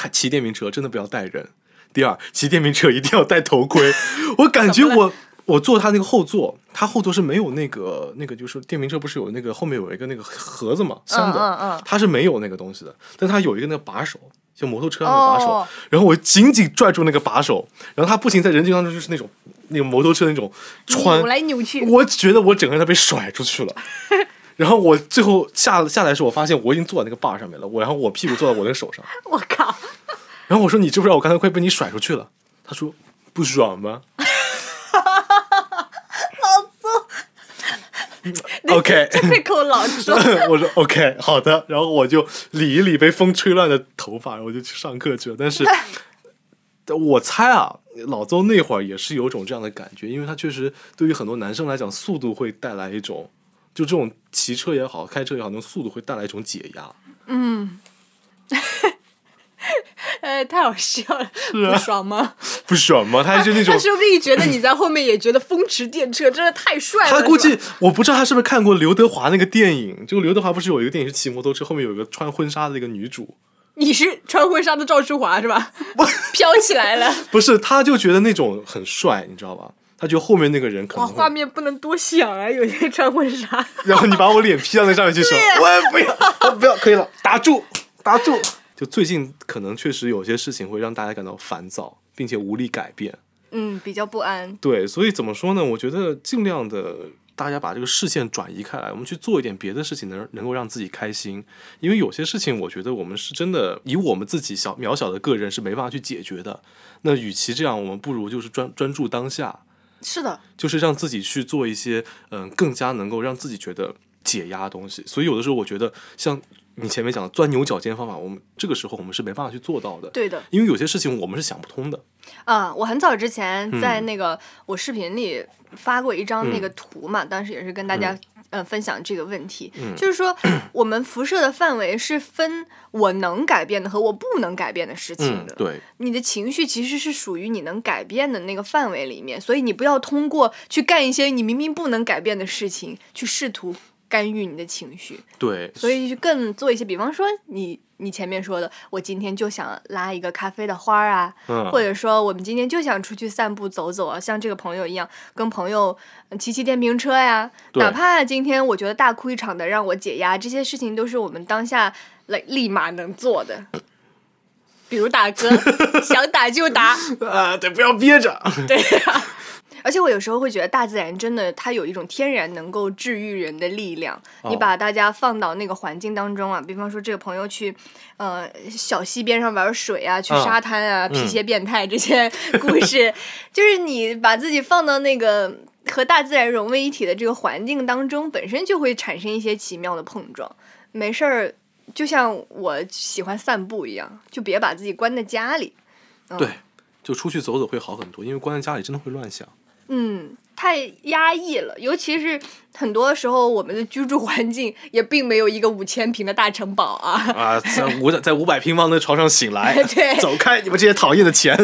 骑电瓶车真的不要带人。第二，骑电瓶车一定要戴头盔。我感觉我坐他那个后座，他后座是没有那个就是电瓶车不是有那个后面有一个那个盒子嘛，箱子，他是没有那个东西的，但他有一个那个把手，就摩托车那个把手，然后我紧紧拽住那个把手，然后他不行，在人群当中就是那种那个摩托车那种穿扭来扭去， 我觉得我整个人都被甩出去了。然后我最后下来的时候，我发现我已经坐在那个把上面了，然后我屁股坐在我那个手上。 我靠！ 然后我说：“你知不知道我刚才快被你甩出去了？”他说：“不爽吗？” 老邹 ，OK， typical 老邹。 我说 OK， 好的。然后我就理一理被风吹乱的头发，然后我就去上课去了。但是我猜啊，老邹那会儿也是有种这样的感觉，因为他确实对于很多男生来讲，速度会带来一种，就这种骑车也好，开车也好，那种速度会带来一种解压。 太好笑了，不爽吗？ 不爽吗？他是那种， 他说不定觉得你在后面也觉得风驰电掣，真的太帅了。 他估计我不知道他是不是看过刘德华那个电影，就刘德华不是有一个电影是骑摩托车，后面有一个穿婚纱的一个女主。 你是穿婚纱的赵淑华是吧？飘起来了。 不是，他就觉得那种很帅，你知道吧？他觉得后面那个人可能画面不能多想啊，有些穿婚纱。 然后你把我脸 P 到那上面去说，我也不要，我不要，可以了，打住。就最近可能确实有些事情会让大家感到烦躁，并且无力改变。 比较不安。 对，所以怎么说呢？我觉得尽量的大家把这个视线转移开来，我们去做一点别的事情，能够让自己开心。因为有些事情，我觉得我们是真的以我们自己渺小的个人是没办法去解决的。那与其这样，我们不如就是专注当下。 是的， 就是让自己去做一些更加能够让自己觉得解压的东西。所以有的时候我觉得像你前面讲的钻牛角尖方法，我们这个时候我们是没办法去做到的。 对的， 因为有些事情我们是想不通的。 我很早之前在那个我视频里发过一张那个图嘛，当时也是跟大家分享这个问题，就是说我们辐射的范围是分我能改变的和我不能改变的事情的。 对， 你的情绪其实是属于你能改变的那个范围里面，所以你不要通过去干一些你明明不能改变的事情去试图干预你的情绪。 对， 所以就更做一些，比方说你前面说的，我今天就想拉一个咖啡的花啊，或者说我们今天就想出去散步走走啊，像这个朋友一样，跟朋友骑电瓶车呀，哪怕今天我觉得大哭一场的让我解压，这些事情都是我们当下立马能做的。比如打歌，想打就打对，不要憋着。 对呀。而且我有时候会觉得大自然真的它有一种天然能够治愈人的力量。你把大家放到那个环境当中啊，比方说这个朋友去小溪边上玩水啊，去沙滩啊，皮鞋变态这些故事，就是你把自己放到那个和大自然融为一体的这个环境当中，本身就会产生一些奇妙的碰撞。没事儿，就像我喜欢散步一样，就别把自己关在家里。 对，就出去走走会好很多，因为关在家里真的会乱想。 太压抑了，尤其是很多时候我们的居住环境也并没有一个5000平的大城堡啊！ 在500平方的床上醒来， 对， 走开你们这些讨厌的钱！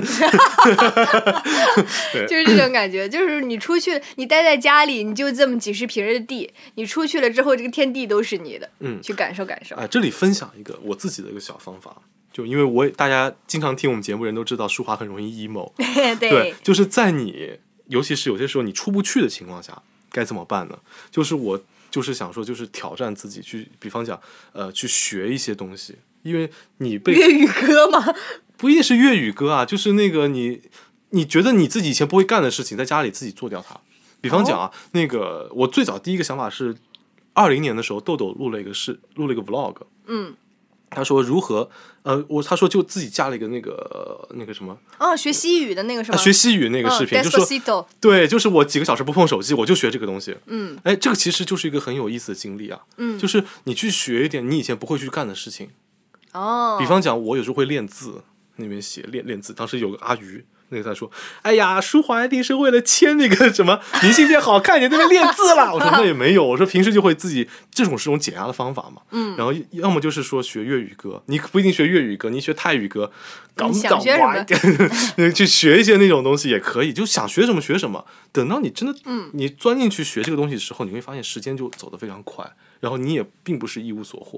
就是这种感觉，就是你出去，你待在家里，你就这么几十平的地，你出去了之后，这个天地都是你的，去感受感受。 这里分享一个我自己的一个小方法。就因为大家经常听我们节目人都知道，舒华很容易 emo， 对，就是在你。尤其是有些时候你出不去的情况下该怎么办呢？就是我就是想说，就是挑战自己去，比方讲去学一些东西，因为你被粤语歌吗？ 不一定是粤语歌啊，就是那个你觉得你自己以前不会干的事情，在家里自己做掉它。比方讲那个我最早第一个想法是2020年的时候，豆豆录了一个 vlog，他说如何他说就自己加了一个那个什么学西语的那个什么学西语那个视频，就说对，就是我几个小时不碰手机，我就学这个东西。这个其实就是一个很有意思的经历啊。就是你去学一点你以前不会去干的事情。比方讲，我有时候会练字，那边写练字。当时有个阿鱼。那个在说，哎呀，舒华一定是为了签那个什么明信片好看一点，那边练字了。我说那也没有，我说平时就会自己，这种是种解压的方法嘛。然后要么就是说学粤语歌，你不一定学粤语歌，你学泰语歌， 想学什么去学一些那种东西也可以，就想学什么学什么。等到你真的你钻进去学这个东西的时候，你会发现时间就走得非常快，然后你也并不是一无所获。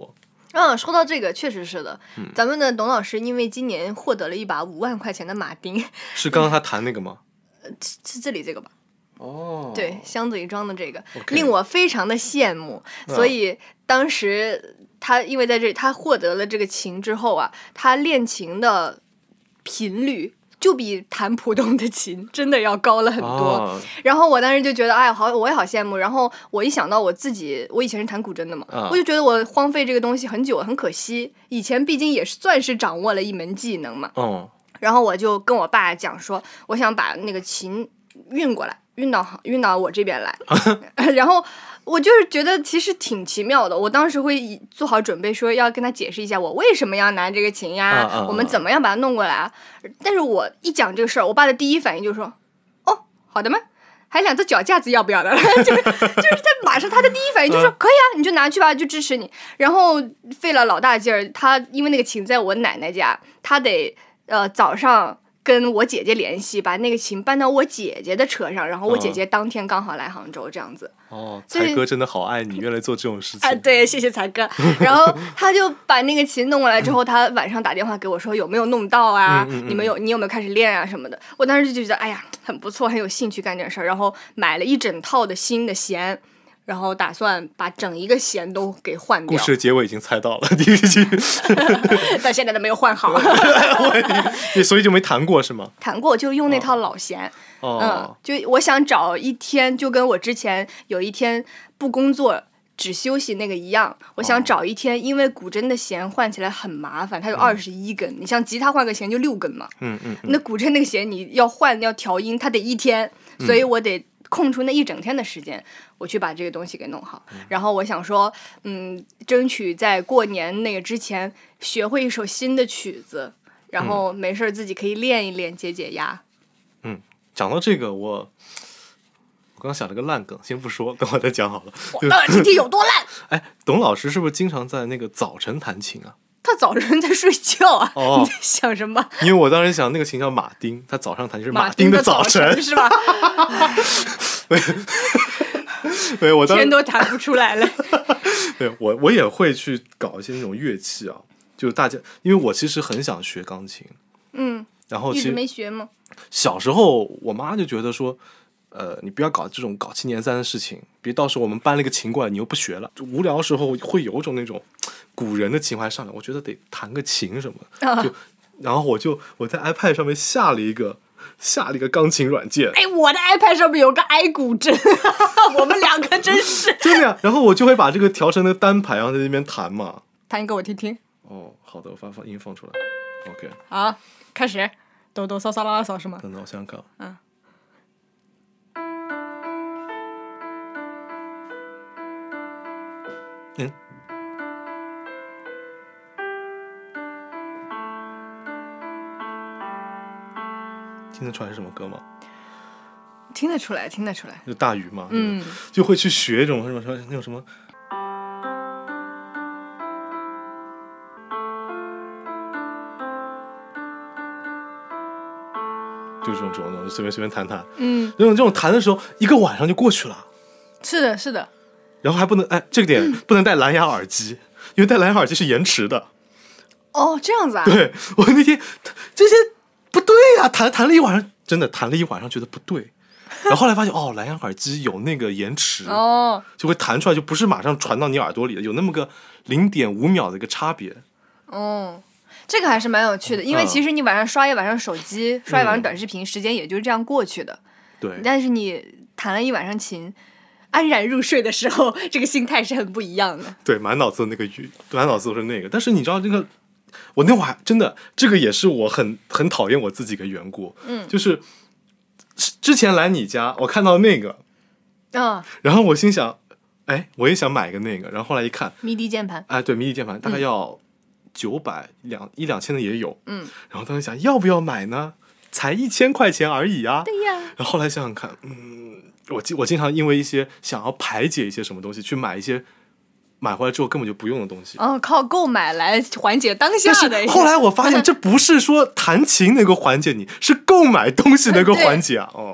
说到这个确实是的，咱们的董老师因为今年获得了一把5万块钱的马丁， 是刚刚他弹那个吗？ 是这里这个吧？ 哦， 对，箱子里装的这个， okay. 令我非常的羡慕。所以当时他因为在这里，他获得了这个琴之后啊，他练琴的频率就比弹普通的琴真的要高了很多。然后我当时就觉得，哎，我也好羡慕。然后我一想到我自己，我以前是弹古筝的嘛，我就觉得我荒废这个东西很久，很可惜。以前毕竟也算是掌握了一门技能嘛。然后我就跟我爸讲说，我想把那个琴运过来，运到我这边来。然后我就是觉得其实挺奇妙的，我当时会做好准备说要跟他解释一下我为什么要拿这个琴呀，我们怎么样把它弄过来啊。但是我一讲这个事儿，我爸的第一反应就是说，哦，好的吗？还2只脚架子要不要的？就是他马上他的第一反应就是说可以啊，你就拿去吧，就支持你。然后费了老大劲儿，他因为那个琴在我奶奶家，他得早上跟我姐姐联系，把那个琴搬到我姐姐的车上，然后我姐姐当天刚好来杭州，这样子。 才哥真的好爱你，原来做这种事情。 对，谢谢才哥。然后他就把那个琴弄过来之后，他晚上打电话给我说有没有弄到啊？你有没有开始练啊什么的？我当时就觉得哎呀很不错，很有兴趣干这事儿，然后买了一整套的新的弦。然后打算把整一个弦都给换掉。 故事的结尾已经猜到了，第一句， 但现在都没有换好。 所以就没弹过是吗？ 弹过，就用那套老弦。就我想找一天，就跟我之前有一天不工作只休息那个一样，我想找一天，因为古筝的弦换起来很麻烦，它有21根，你像吉他换个弦就6根嘛。那古筝那个弦你要换要调音，它得1天，所以我得空出那一整天的时间，我去把这个东西给弄好。然后我想说，争取在过年那个之前学会一首新的曲子，然后没事自己可以练一练，解解压。 讲到这个，我刚想了个烂梗，先不说，等会再讲好了。 今天有多烂？ 哎，董老师是不是经常在那个早晨弹琴啊？ 他早晨在睡觉啊！你在想什么？ 因为我当时想那个琴叫马丁，他早上弹就是马丁的早晨， 是吧？ 对，我当时天都弹不出来了。 对，我也会去搞一些那种乐器啊，就大家，因为我其实很想学钢琴，然后一直没学吗？ 小时候我妈就觉得说，你不要搞这种搞7年3的事情，别到时候我们搬了一个琴过来，你又不学了，就无聊的时候会有一种那种古人的情怀上来，我觉得得弹个琴什么的，然后我在 iPad 上面下了一个钢琴软件。 哎，我的 iPad 上面有个爱古筝，我们2个真是真的呀。然后我就会把这个调成那个单排，然后在那边弹嘛。 弹一个我听听。 好的，我把音放出来。OK。 好，开始。哆哆嗦嗦啦啦嗦是吗？ 等等，我想想看。听得出来是什么歌吗？ 听得出来。 就大鱼嘛，就会去学一种什么那种什么。就这种随便弹，这种弹的时候一个晚上就过去了。 是的。 然后还不能这个点不能戴蓝牙耳机，因为戴蓝牙耳机是延迟的。 这样子啊？ 对，我那天这些不对呀，弹了一晚上，真的弹了一晚上觉得不对，然后后来发现蓝牙耳机有那个延迟，就会弹出来，就不是马上传到你耳朵里的，有那么个0.5秒的一个差别。 这个还是蛮有趣的，因为其实你晚上刷一晚上手机，刷一晚上短视频，时间也就是这样过去的。 对。 但是你弹了一晚上琴，安然入睡的时候，这个心态是很不一样的。 对，满脑子的那个满脑子都是那个。但是你知道这个，我那会儿真的，这个也是我很讨厌我自己的缘故。就是之前来你家，我看到那个，然后我心想，我也想买一个那个，然后后来一看， 迷笛键盘， 对，迷笛键盘大概要900、1-2千的也有，然后当时想要不要买呢？才1000块钱而已啊。 对呀。 然后后来想想看，我经常因为一些想要排解一些什么东西，去买一些买回来之后根本就不用的东西。 靠购买来缓解当下的。 但是后来我发现，这不是说弹琴能够缓解你，是购买东西能够缓解啊。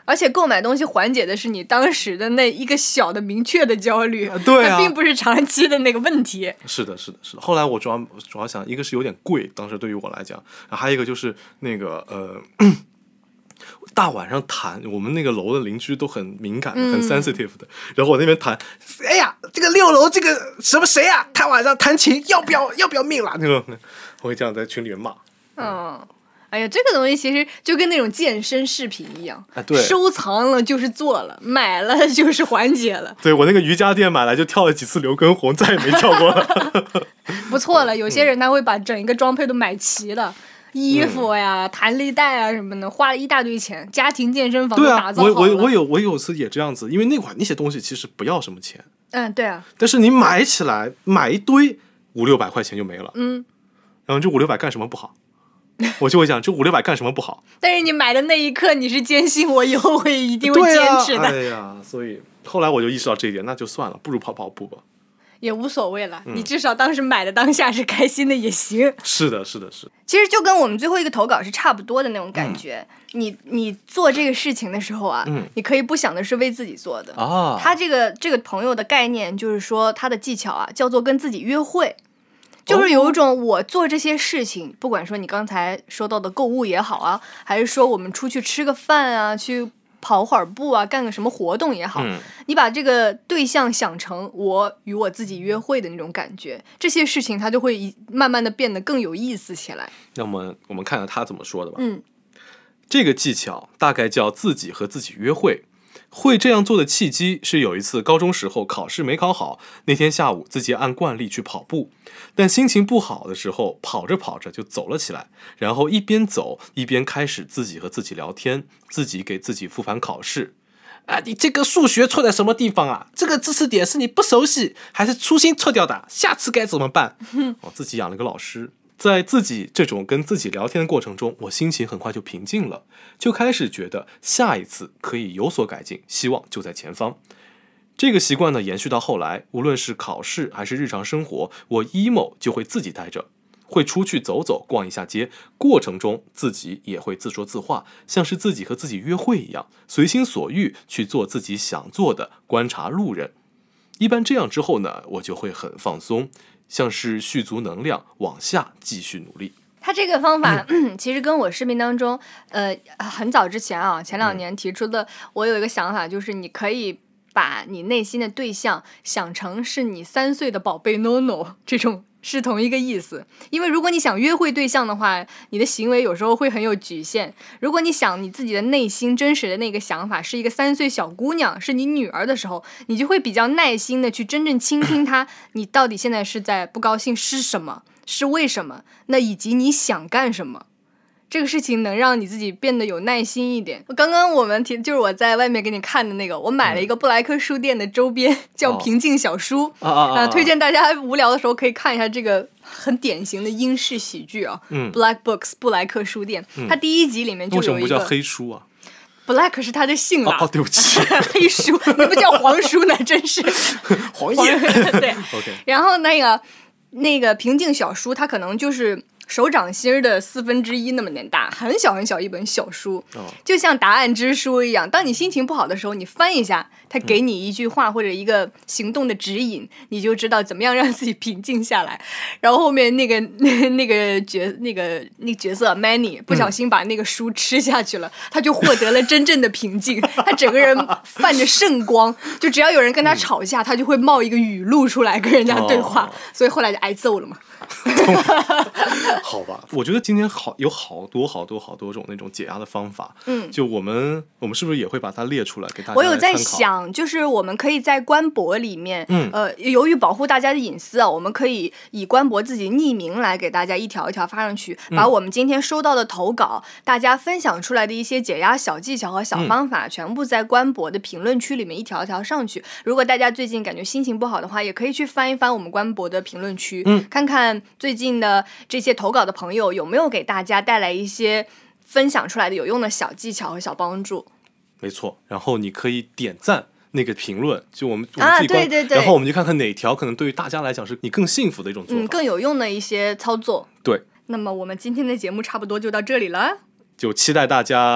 而且购买东西缓解的是你当时的那一个小的明确的焦虑， 对啊， 它并不是长期的那个问题。 是的。后来我主要想，一个是有点贵，当时对于我来讲，还有一个就是那个大晚上弹，我们那个楼的邻居都很敏感的，很 sensitive 的。然后我那边弹，哎呀，这个6楼这个什么谁啊，他晚上弹琴要不要命了？那种，我会这样在群里面骂。 哎呀，这个东西其实就跟那种健身视频一样， 对， 收藏了就是做了，买了就是缓解了。 对，我那个瑜伽垫买来就跳了几次刘畊宏，再也没跳过了。 不错了，有些人他会把整一个装配都买齐了。衣服呀、弹力带啊什么的，花了一大堆钱，家庭健身房都打造好了。 对啊，我有次也这样子，因为那些东西其实不要什么钱。 对啊。 但是你买起来买一堆500-600块钱就没了。然后这500-600干什么不好？我就会讲这500-600干什么不好？ 但是你买的那一刻，你是坚信我以后会一定会坚持的。 哎呀，所以后来我就意识到这一点，那就算了，不如跑步吧。 也无所谓了，你至少当时买的当下是开心的也行。 是的。 其实就跟我们最后一个投稿是差不多的那种感觉。你做这个事情的时候啊，你可以不想的是为自己做的啊。他这个朋友的概念就是说，他的技巧啊叫做跟自己约会，就是有一种我做这些事情，不管说你刚才说到的购物也好啊，还是说我们出去吃个饭啊，去跑会儿步啊，干个什么活动也好，你把这个对象想成我与我自己约会的那种感觉，这些事情它就会慢慢的变得更有意思起来。 那么我们看看他怎么说的吧。这个技巧大概叫自己和自己约会。会这样做的契机是有一次高中时候考试没考好，那天下午自己按惯例去跑步，但心情不好的时候跑着跑着就走了起来，然后一边走一边开始自己和自己聊天，自己给自己复盘考试。你这个数学错在什么地方啊？这个知识点是你不熟悉还是粗心错掉的？下次该怎么办？我自己养了个老师。在自己这种跟自己聊天的过程中，我心情很快就平静了，就开始觉得下一次可以有所改进，希望就在前方。这个习惯呢，延续到后来，无论是考试还是日常生活，我 emo 就会自己待着，会出去走走，逛一下街，过程中自己也会自说自话，像是自己和自己约会一样，随心所欲去做自己想做的，观察路人。一般这样之后呢，我就会很放松，像是蓄足能量往下继续努力。 他这个方法其实跟我视频当中很早之前啊，前2年提出的，我有一个想法，就是你可以把你内心的对象想成是你3岁的宝贝 NONO， 这种是同一个意思。因为如果你想约会对象的话，你的行为有时候会很有局限。如果你想你自己的内心真实的那个想法是一个3岁小姑娘，是你女儿的时候，你就会比较耐心的去真正倾听她，你到底现在是在不高兴是什么，是为什么，那以及你想干什么。这个事情能让你自己变得有耐心一点。刚刚我们就是我在外面给你看的那个，我买了一个布莱克书店的周边，叫平静小书推荐大家无聊的时候可以看一下这个很典型的英式喜剧啊，Black Books 布莱克书店，它第1集里面就有一个。为什么不叫黑书啊 ？Black 是他的姓啦。 对不起。 黑书，你不叫黄书呢，真是。 黄页。 对。 OK。 然后那个平静小书，它可能就是手掌心的1/4那么点大，很小很小一本小书，就像答案之书一样。当你心情不好的时候，你翻一下，它给你一句话或者一个行动的指引，你就知道怎么样让自己平静下来。然后后面那个角色 Manny 不小心把那个书吃下去了，他就获得了真正的平静，他整个人泛着圣光，就只要有人跟他吵架，他就会冒一个语录出来跟人家对话，所以后来就挨揍了嘛。 好吧，我觉得今天有好多种那种解压的方法，就我们是不是也会把它列出来给大家来参考？ 我有在想，就是我们可以在官博里面，由于保护大家的隐私啊，我们可以以官博自己匿名来给大家一条一条发上去，把我们今天收到的投稿，大家分享出来的一些解压小技巧和小方法，全部在官博的评论区里面一条一条上去。如果大家最近感觉心情不好的话，也可以去翻一翻我们官博的评论区，看看最近的这些投稿的朋友有没有给大家带来一些分享出来的有用的小技巧和小帮助。 没错，然后你可以点赞那个评论，就我们自己对， 然后我们就看看哪条可能对于大家来讲是你更幸福的一种做法， 更有用的一些操作。 对， 那么我们今天的节目差不多就到这里了， 就期待大家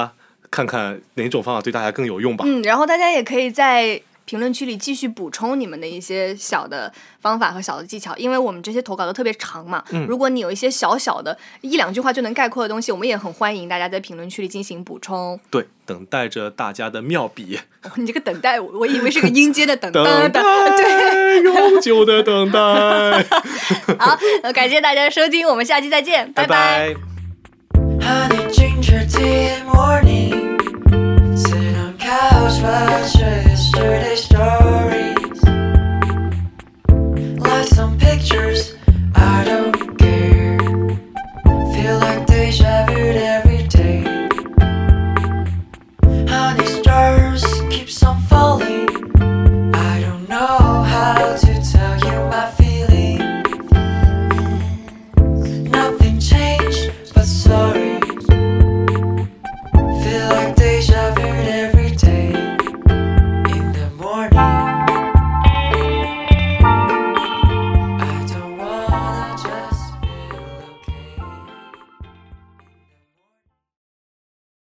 看看哪种方法对大家更有用吧。 然后大家也可以在评论区里继续补充你们的一些小的方法和小的技巧，因为我们这些投稿都特别长嘛。如果你有一些小小的1-2句话就能概括的东西，我们也很欢迎大家在评论区里进行补充。 对，等待着大家的妙笔。 你这个等待，我以为是个音阶的等待， 对，永久的等待。 好，感谢大家的收听，我们下期再见，拜拜。 和你静止地